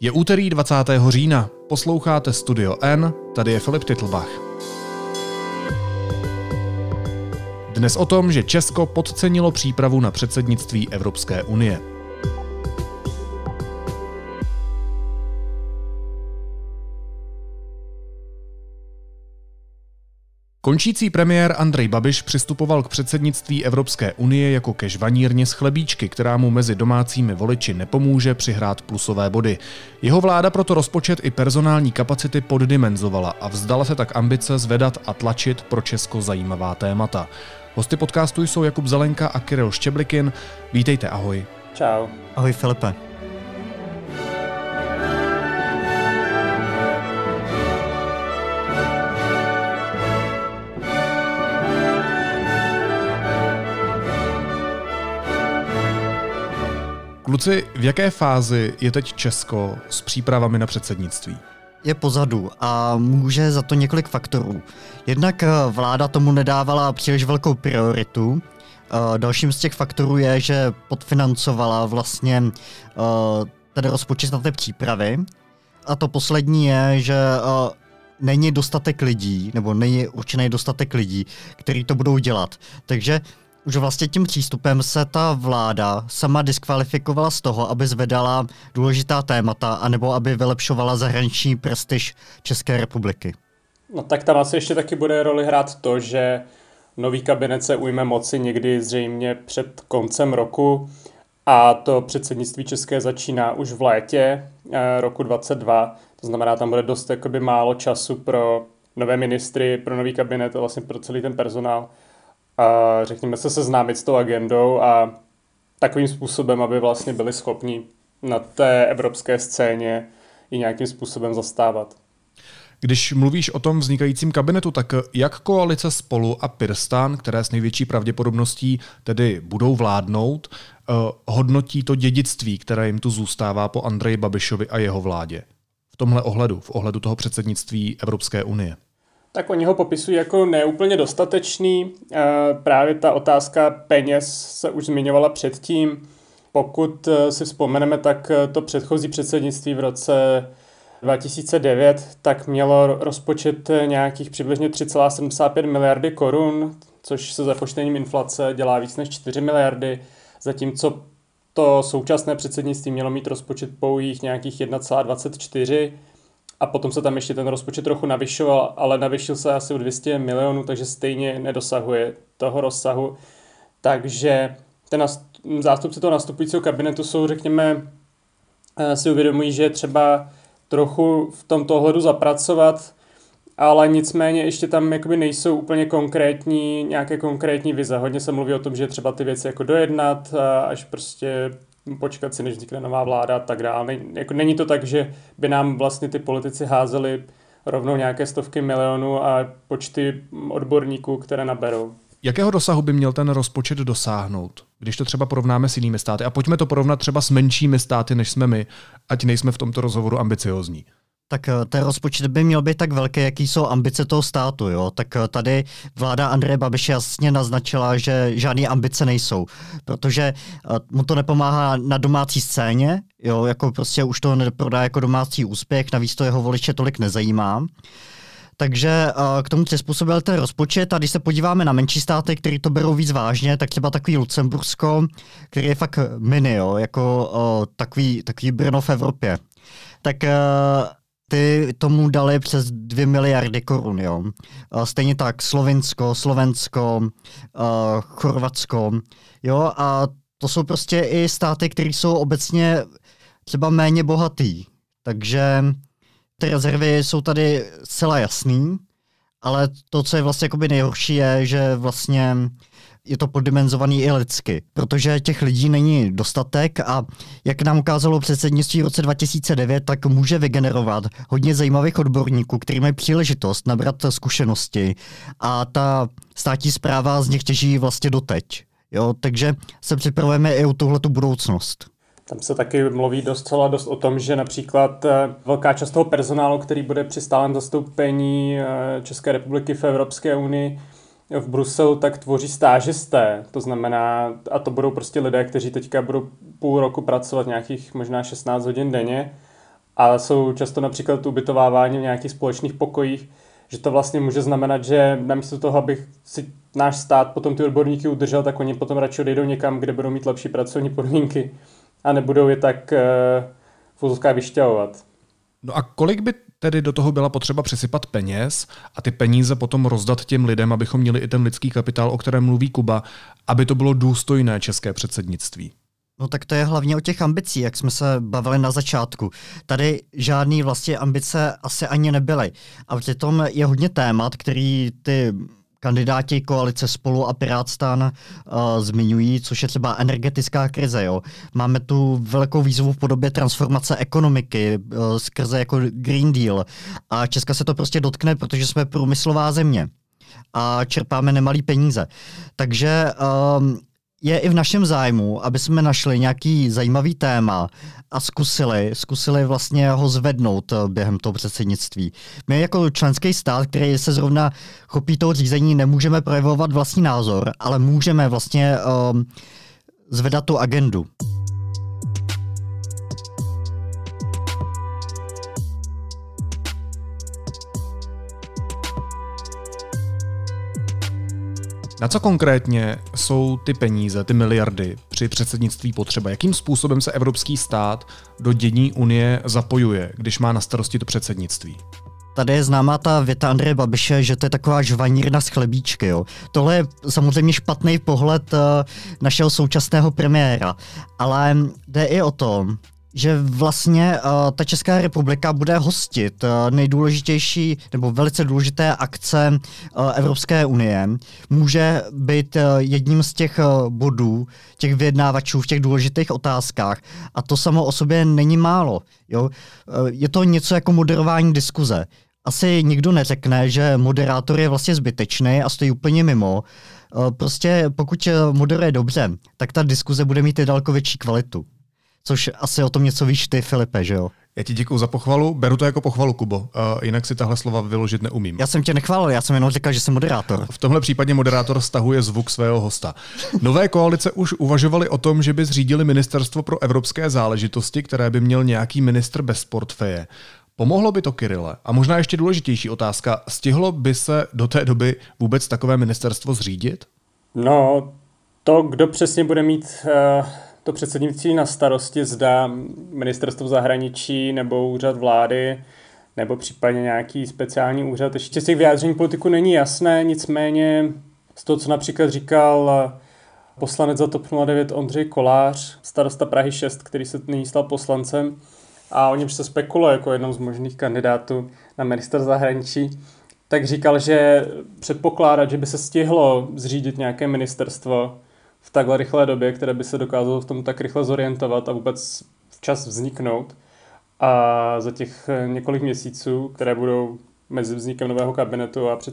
Je úterý 20. října, posloucháte Studio N, tady je Filip Titlbach. Dnes o tom, že Česko podcenilo přípravu na předsednictví Evropské unie. Končící premiér Andrej Babiš přistupoval k předsednictví Evropské unie jako ke žvanírně z chlebíčky, která mu mezi domácími voliči nepomůže přihrát plusové body. Jeho vláda proto rozpočet i personální kapacity poddimenzovala a vzdala se tak ambice zvedat a tlačit pro Česko zajímavá témata. Hosty podcastu jsou Jakub Zelenka a Kirill Štěblikin. Vítejte, ahoj. Čau. Ahoj Filipe. Kluci, v jaké fázi je teď Česko s přípravami na předsednictví? Je pozadu a může za to několik faktorů. Jednak vláda tomu nedávala příliš velkou prioritu. Dalším z těch faktorů je, že podfinancovala vlastně ten rozpočet na té přípravy. A to poslední je, že není dostatek lidí, nebo není určený dostatek lidí, kteří to budou dělat. Takže už vlastně tím přístupem se ta vláda sama diskvalifikovala z toho, aby zvedala důležitá témata, anebo aby vylepšovala zahraniční prestiž České republiky. No tak tam asi ještě taky bude roli hrát to, že nový kabinet se ujme moci někdy zřejmě před koncem roku a to předsednictví české začíná už v létě roku 2022. To znamená, tam bude dost jakoby málo času pro nové ministry, pro nový kabinet a vlastně pro celý ten personál. A řekněme se seznámit s tou agendou a takovým způsobem, aby vlastně byli schopni na té evropské scéně i nějakým způsobem zastávat. Když mluvíš o tom vznikajícím kabinetu, tak jak koalice Spolu a PirSTAN, které s největší pravděpodobností tedy budou vládnout, hodnotí to dědictví, které jim tu zůstává po Andreji Babišovi a jeho vládě? V tomhle ohledu, v ohledu toho předsednictví Evropské unie. Tak oni ho popisují jako neúplně dostatečný. Právě ta otázka peněz se už zmiňovala předtím. Pokud si vzpomeneme, tak to předchozí předsednictví v roce 2009 tak mělo rozpočet nějakých přibližně 3,75 miliardy korun, což se započtením inflace dělá víc než 4 miliardy, zatímco to současné předsednictví mělo mít rozpočet pouhých nějakých 1,24. A potom se tam ještě ten rozpočet trochu navyšoval, ale navyšil se asi o 200 milionů, takže stejně nedosahuje toho rozsahu. Takže zástupci toho nastupujícího kabinetu jsou, řekněme, si uvědomují, že třeba trochu v tomto ohledu zapracovat, ale nicméně ještě tam jakoby nejsou úplně nějaké konkrétní vize. Hodně se mluví o tom, že třeba ty věci jako dojednat, až prostě počkat si, než vznikne nová vláda a tak dále. Není to tak, že by nám vlastně ty politici házeli rovnou nějaké stovky milionů a počty odborníků, které naberou. Jakého dosahu by měl ten rozpočet dosáhnout, když to třeba porovnáme s jinými státy? A pojďme to porovnat třeba s menšími státy, než jsme my, ať nejsme v tomto rozhovoru ambiciozní. Tak ten rozpočet by měl být tak velký, jaký jsou ambice toho státu, jo. Tak tady vláda Andreje Babiše jasně naznačila, že žádné ambice nejsou, protože mu to nepomáhá na domácí scéně, jo, jako prostě už to neprodá jako domácí úspěch, navíc to jeho voliče tolik nezajímá. Takže k tomu přizpůsobil ten rozpočet a když se podíváme na menší státy, který to berou víc vážně, tak třeba takový Lucembursko, který je fakt mini, jo, jako takový Brno v Evropě. Tak ty tomu dali přes 2 miliardy korun, jo. Stejně tak Slovensko, Chorvatsko, jo, a to jsou prostě i státy, které jsou obecně třeba méně bohatý. Takže ty rezervy jsou tady zcela jasný, ale to, co je vlastně jakoby nejhorší, je, že vlastně je to poddimenzovaný i lidsky, protože těch lidí není dostatek a jak nám ukázalo předsednictví v roce 2009, tak může vygenerovat hodně zajímavých odborníků, kteří mají příležitost nabrat zkušenosti a ta státní správa z nich těží vlastně doteď. Jo? Takže se připravujeme i o tuhletu budoucnost. Tam se taky mluví dost o tom, že například velká část toho personálu, který bude při stálém zastoupení České republiky v Evropské unii v Bruselu, tak tvoří stážisté. To znamená, a to budou prostě lidé, kteří teďka budou půl roku pracovat nějakých možná 16 hodin denně a jsou často například ubytovávání v nějakých společných pokojích, že to vlastně může znamenat, že namísto toho, aby si náš stát potom ty odborníky udržel, tak oni potom radši odejdou někam, kde budou mít lepší pracovní podmínky a nebudou je tak v úzovkách vyšťahovat. No a kolik by tedy do toho byla potřeba přisypat peněz a ty peníze potom rozdat těm lidem, abychom měli i ten lidský kapitál, o kterém mluví Kuba, aby to bylo důstojné české předsednictví? No tak to je hlavně o těch ambicích, jak jsme se bavili na začátku. Tady žádný vlastně ambice asi ani nebyly. A přitom je hodně témat, který ty kandidáti koalice Spolu a Pirátstan zmiňují, což je třeba energetická krize. Jo. Máme tu velkou výzvu v podobě transformace ekonomiky skrze jako Green Deal. A Česka se to prostě dotkne, protože jsme průmyslová země a čerpáme nemalý peníze. Takže je i v našem zájmu, aby jsme našli nějaký zajímavý téma a zkusili vlastně ho zvednout během toho předsednictví. My jako členský stát, který se zrovna chopí toho řízení, nemůžeme projevovat vlastní názor, ale můžeme vlastně zvedat tu agendu. Na co konkrétně jsou ty peníze, ty miliardy při předsednictví potřeba? Jakým způsobem se evropský stát do dění Unie zapojuje, když má na starosti to předsednictví? Tady je známá ta věta Andreje Babiše, že to je taková žvanírna z chlebíčky. Jo. Tohle je samozřejmě špatný pohled našeho současného premiéra, ale jde i o to, že vlastně ta Česká republika bude hostit nejdůležitější nebo velice důležité akce Evropské unie. Může být jedním z těch bodů, těch vyjednávačů v těch důležitých otázkách. A to samo o sobě není málo. Jo? Je to něco jako moderování diskuze. Asi nikdo neřekne, že moderátor je vlastně zbytečný a stojí úplně mimo. Prostě pokud moderuje dobře, tak ta diskuze bude mít i daleko větší kvalitu. Což asi o tom něco víš ty, Filipe, že jo? Já ti děkuju za pochvalu, beru to jako pochvalu, Kubo. Jinak si tahle slova vyložit neumím. Já jsem tě nechválil, já jsem jenom říkal, že jsem moderátor. V tomhle případě moderátor stahuje zvuk svého hosta. Nové koalice už uvažovaly o tom, že by zřídili ministerstvo pro evropské záležitosti, které by měl nějaký ministr bez portfeje. Pomohlo by to, Kyrille? A možná ještě důležitější otázka, stihlo by se do té doby vůbec takové ministerstvo zřídit? No, to, kdo přesně bude mít to předsednictví na starosti, zda ministerstvo zahraničí nebo úřad vlády, nebo případně nějaký speciální úřad. Ještě z těch vyjádření politiku není jasné, nicméně z toho, co například říkal poslanec za TOP 09 Ondřej Kolář, starosta Prahy 6, který se nyní stal poslancem, a o němž se spekuluje jako jednou z možných kandidátů na ministra zahraničí, tak říkal, že předpokládat, že by se stihlo zřídit nějaké ministerstvo v takhle rychlé době, které by se dokázalo v tom tak rychle zorientovat a vůbec včas vzniknout. A za těch několik měsíců, které budou mezi vznikem nového kabinetu a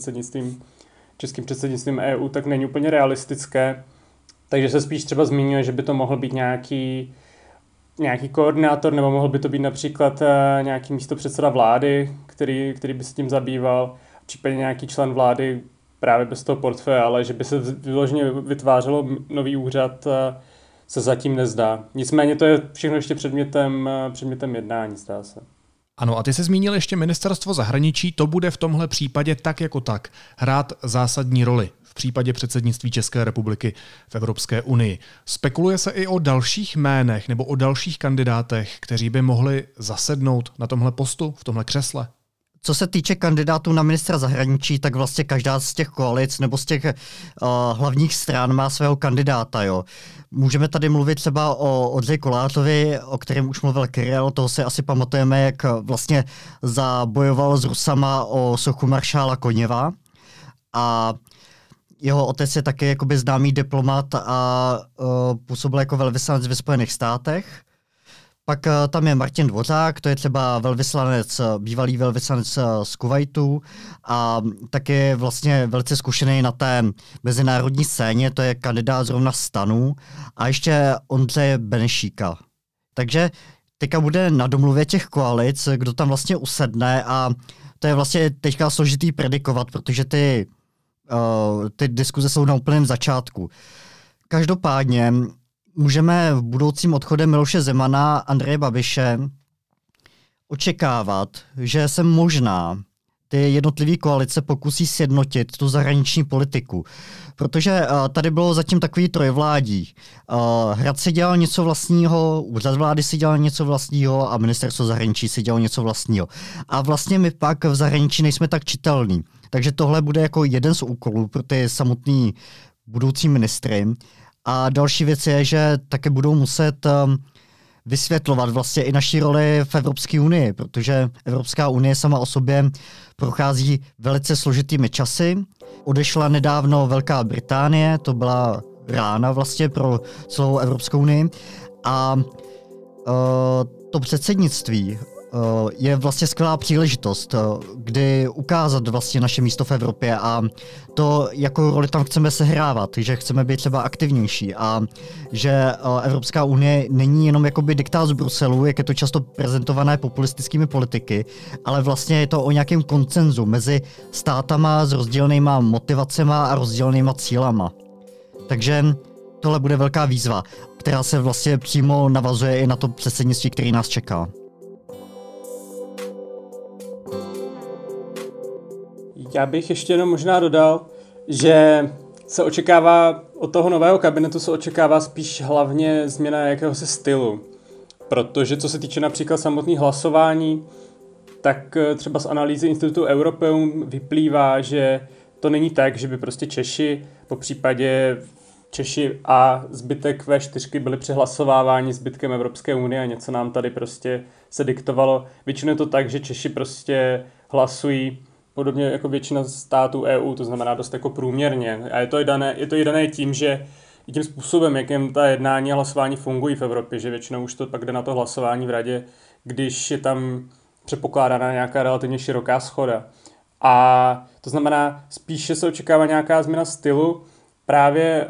českým předsednictvím EU, tak není úplně realistické. Takže se spíš třeba zmiňuje, že by to mohl být nějaký koordinátor, nebo mohl by to být například nějaký místopředseda vlády, který by se tím zabýval, případně nějaký člen vlády právě bez toho portfeje, ale že by se vyloženě vytvářelo nový úřad, se zatím nezdá. Nicméně to je všechno ještě předmětem jednání, zdá se. Ano, a ty se zmínil ještě ministerstvo zahraničí, to bude v tomhle případě tak jako tak hrát zásadní roli v případě předsednictví České republiky v Evropské unii. Spekuluje se i o dalších jménech nebo o dalších kandidátech, kteří by mohli zasednout na tomhle postu, v tomhle křesle? Co se týče kandidátů na ministra zahraničí, tak vlastně každá z těch koalic nebo z těch hlavních stran má svého kandidáta. Jo. Můžeme tady mluvit třeba o Ondřeji Kolářovi, o kterém už mluvil Kyril, toho si asi pamatujeme, jak vlastně zabojoval s Rusama o sochu maršála Koněva. A jeho otec je taky jakoby známý diplomat a působil jako velvyslanec ve Spojených státech. Pak tam je Martin Dvořák, to je třeba bývalý velvyslanec z Kuvajtu a taky vlastně velice zkušený na té mezinárodní scéně, to je kandidát zrovna STANu a ještě Ondřeje Benešíka. Takže teďka bude na domluvě těch koalic, kdo tam vlastně usedne a to je vlastně teďka složitý predikovat, protože ty diskuze jsou na úplném začátku. Každopádně můžeme v budoucím odchodem Miloše Zemana, Andreje Babiše očekávat, že se možná ty jednotlivé koalice pokusí sjednotit tu zahraniční politiku. Protože tady bylo zatím takový trojvládí. Hrad si dělal něco vlastního, úřad vlády si dělal něco vlastního a ministerstvo zahraničí si dělal něco vlastního. A vlastně my pak v zahraničí nejsme tak čitelní. Takže tohle bude jako jeden z úkolů pro ty samotný budoucí ministry. A další věc je, že také budou muset vysvětlovat vlastně i naši roli v Evropské unii, protože Evropská unie sama o sobě prochází velice složitými časy. Odešla nedávno Velká Británie, to byla rána vlastně pro celou Evropskou unii a to předsednictví je vlastně skvělá příležitost, kdy ukázat vlastně naše místo v Evropě a to, jakou roli tam chceme sehrávat, že chceme být třeba aktivnější a že Evropská unie není jenom jakoby diktát z Bruselu, jak je to často prezentované populistickými politiky, ale vlastně je to o nějakém konsenzu mezi státama s rozdílnýma motivacema a rozdílnýma cílama. Takže tohle bude velká výzva, která se vlastně přímo navazuje i na to předsednictví, který nás čeká. Já bych ještě jenom možná dodal, že se očekává od toho nového kabinetu se očekává spíš hlavně změna jakéhosi stylu. Protože co se týče například samotných hlasování, tak třeba z analýzy Institutu Europeum vyplývá, že to není tak, že by prostě Češi, popřípadě Češi a zbytek V4 byli přehlasováváni zbytkem Evropské unie a něco nám tady prostě se diktovalo. Většinou je to tak, že Češi prostě hlasují podobně jako většina států EU, to znamená dost jako průměrně. A je to dané tím, že i tím způsobem, jakým ta jednání a hlasování fungují v Evropě, že většinou už to pak jde na to hlasování v radě, když je tam předpokládána nějaká relativně široká shoda. A to znamená, spíše se očekává nějaká změna stylu. Právě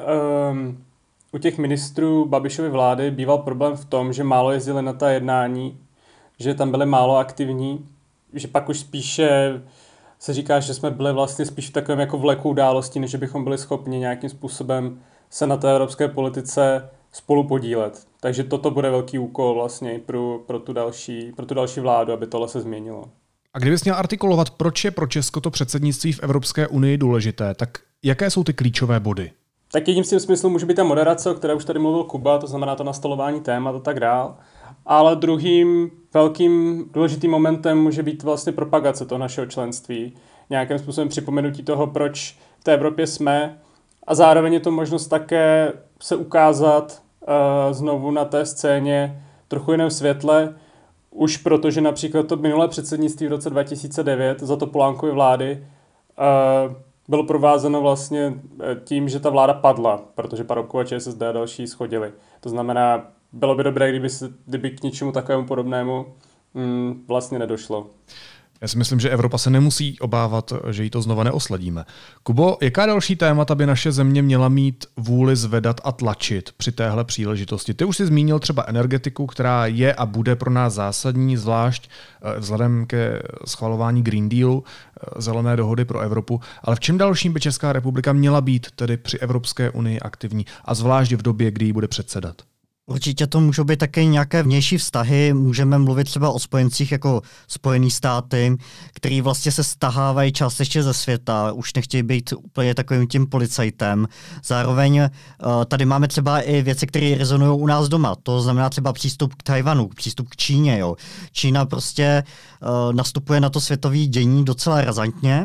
u těch ministrů Babišovy vlády býval problém v tom, že málo jezdili na ta jednání, že tam byli málo aktivní, že pak už spíše se říká, že jsme byli vlastně spíš v takovém jako vleku událostí, než bychom byli schopni nějakým způsobem se na té evropské politice spolu podílet. Takže toto bude velký úkol vlastně pro tu další vládu, aby tohle se změnilo. A kdybys měl artikulovat, proč je pro Česko to předsednictví v Evropské unii důležité, tak jaké jsou ty klíčové body? Tak jedním z tím smyslu může být ta moderace, o které už tady mluvil Kuba, to znamená to nastolování témat a tak dál. Ale druhým velkým důležitým momentem může být vlastně propagace toho našeho členství. Nějakým způsobem připomenutí toho, proč v té Evropě jsme. A zároveň je to možnost také se ukázat znovu na té scéně trochu jiném světle. Už protože například to minulé předsednictví v roce 2009 za Topolánkovy vlády bylo provázeno vlastně tím, že ta vláda padla, protože Paroubkova ČSSD a další shodili. To znamená, bylo by dobré, kdyby k něčemu takovému podobnému vlastně nedošlo. Já si myslím, že Evropa se nemusí obávat, že jí to znova neosledíme. Kubo, jaká další témata by naše země měla mít vůli zvedat a tlačit při téhle příležitosti? Ty už jsi zmínil třeba energetiku, která je a bude pro nás zásadní, zvlášť vzhledem ke schvalování Green Dealu, zelené dohody pro Evropu. Ale v čem dalším by Česká republika měla být tedy při Evropské unii aktivní a zvlášť v době, kdy jí bude předsedat? Určitě to můžou být také nějaké vnější vztahy, můžeme mluvit třeba o spojencích jako Spojený státy, který vlastně se stahávají částečně ze světa, už nechtějí být úplně takovým tím policajtem. Zároveň tady máme třeba i věci, které rezonují u nás doma, to znamená třeba přístup k Tajvanu, přístup k Číně. Jo. Čína prostě nastupuje na to světové dění docela razantně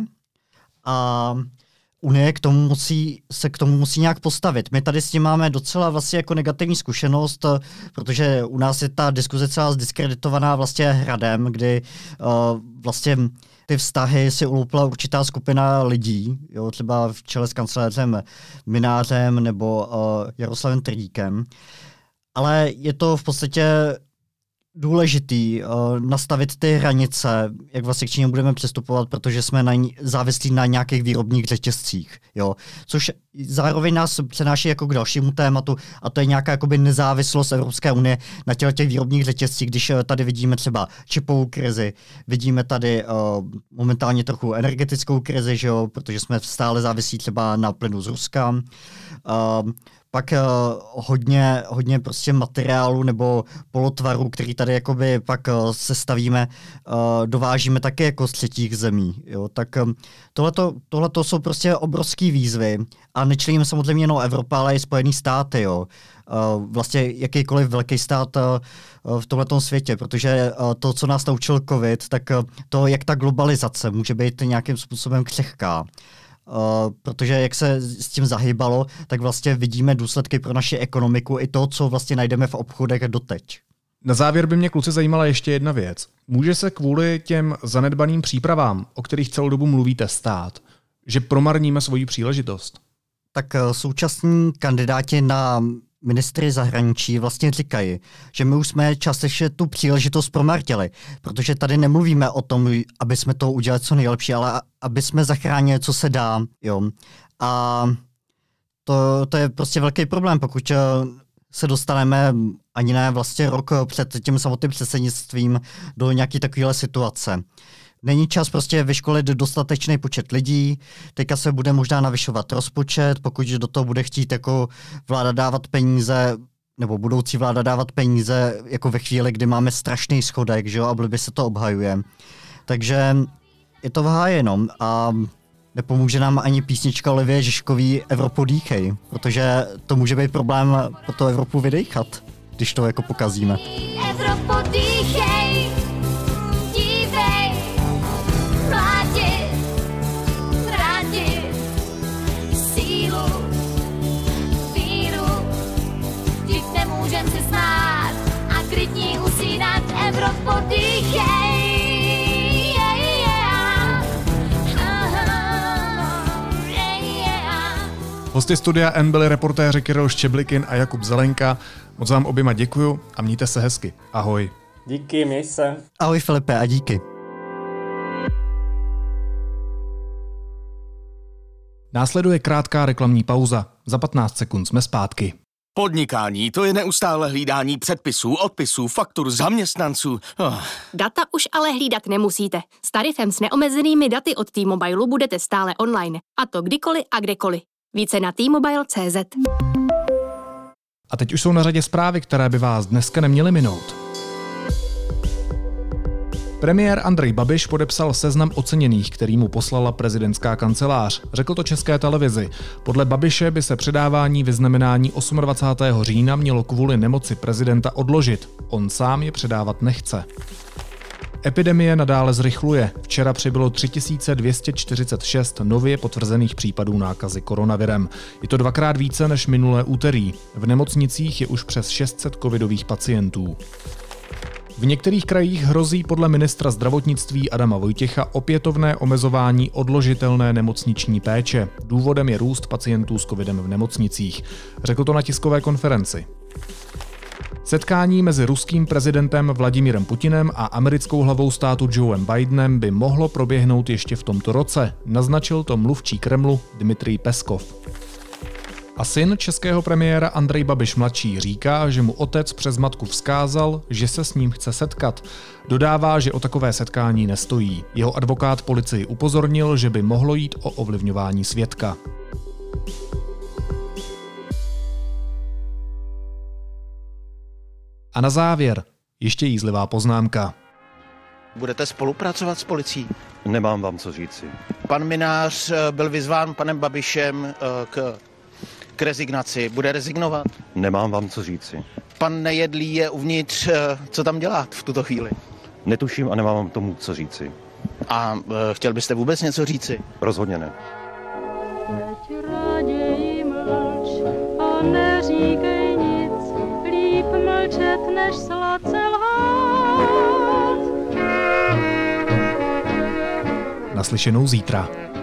a Unie se k tomu musí nějak postavit. My tady s tím máme docela vlastně jako negativní zkušenost, protože u nás je ta diskuze celá zdiskreditovaná vlastně Hradem, kdy vlastně ty vztahy si uloupila určitá skupina lidí, jo, třeba v čele s kancléřem Mynářem nebo Jaroslavem Tvrdíkem. Ale je to v podstatě důležitý nastavit ty hranice, jak vlastně k Číně budeme přistupovat, protože jsme závislí na nějakých výrobních řetězcích. Jo? Což zároveň nás přenáší jako k dalšímu tématu a to je nějaká jakoby nezávislost Evropské unie na těch výrobních řetězcích, když tady vidíme třeba čipovou krizi, vidíme tady momentálně trochu energetickou krizi, že jo? Protože jsme stále závislí třeba na plynu z Ruska. pak hodně prostě materiálu nebo polotvarů, který tady jakoby pak sestavíme, dovážíme také jako z třetích zemí. Jo? Tak tohleto jsou prostě obrovský výzvy a nečelíme samozřejmě jenom Evropa, ale i Spojený státy. Jo? Vlastně jakýkoliv velký stát v tomhletom světě, protože to, co nás naučil COVID, tak to, jak ta globalizace může být nějakým způsobem křehká. Protože jak se s tím zahýbalo, tak vlastně vidíme důsledky pro naši ekonomiku i to, co vlastně najdeme v obchodech doteď. Na závěr by mě, kluci, zajímala ještě jedna věc. Může se kvůli těm zanedbaným přípravám, o kterých celou dobu mluvíte, stát, že promarníme svoji příležitost? Tak současní kandidáti na ministry zahraničí vlastně říkají, že my už jsme částečně tu příležitost promartili, protože tady nemluvíme o tom, aby jsme to udělali co nejlepší, ale aby jsme zachránili, co se dá. Jo. A to je prostě velký problém, pokud se dostaneme ani ne vlastně rok před tím samotným předsednictvím do nějaké takovéhle situace. Není čas prostě vyškolit dostatečný počet lidí, teďka se bude možná navyšovat rozpočet, pokud do toho bude chtít jako vláda dávat peníze, nebo budoucí vláda dávat peníze jako ve chvíli, kdy máme strašný schodek, že jo, a blbě se to obhajuje. Takže je to vájenom a nepomůže nám ani písnička Olivie Žižkový Evropo dýchej, protože to může být problém pro to Evropu vydejchat, když to jako pokazíme. Evropo dýchej, dívej, mlátit, vrátit sílu, víru, vždyť nemůžem se smát a klidní usínat. Evropo dýchej. Hosty Studia N byli reportéři Kirill Ščeblikin a Jakub Zelenka. Moc vám oběma děkuju a mějte se hezky. Ahoj. Díky, měj se. Ahoj Filipe a díky. Následuje krátká reklamní pauza. Za 15 sekund jsme zpátky. Podnikání, to je neustále hlídání předpisů, odpisů, faktur, zaměstnanců. Data už ale hlídat nemusíte. S tarifem s neomezenými daty od T-Mobile budete stále online. A to kdykoliv a kdekoliv. Více na T-Mobile.cz. A teď už jsou na řadě zprávy, které by vás dneska neměly minout. Premiér Andrej Babiš podepsal seznam oceněných, který mu poslala prezidentská kancelář. Řekl to České televizi. Podle Babiše by se předávání vyznamenání 28. října mělo kvůli nemoci prezidenta odložit. On sám je předávat nechce. Epidemie nadále zrychluje. Včera přibylo 3246 nově potvrzených případů nákazy koronavirem. Je to dvakrát více než minulé úterý. V nemocnicích je už přes 600 covidových pacientů. V některých krajích hrozí podle ministra zdravotnictví Adama Vojtěcha opětovné omezování odložitelné nemocniční péče. Důvodem je růst pacientů s covidem v nemocnicích. Řekl to na tiskové konferenci. Setkání mezi ruským prezidentem Vladimírem Putinem a americkou hlavou státu Joem Bidenem by mohlo proběhnout ještě v tomto roce, naznačil to mluvčí Kremlu Dmitrij Peskov. A syn českého premiéra Andrej Babiš mladší říká, že mu otec přes matku vzkázal, že se s ním chce setkat. Dodává, že o takové setkání nestojí. Jeho advokát policii upozornil, že by mohlo jít o ovlivňování svědka. A na závěr ještě jízlivá poznámka. Budete spolupracovat s policií? Nemám vám co říci. Pan Mynář byl vyzván panem Babišem k rezignaci. Bude rezignovat? Nemám vám co říci. Pan Nejedlý je uvnitř. Co tam dělat v tuto chvíli? Netuším a nemám vám tomu co říci. A chtěl byste vůbec něco říci? Rozhodně ne. Teď raději mlč a neříkej nic, líp mlčet, než sladce lhát. Naslyšenou zítra.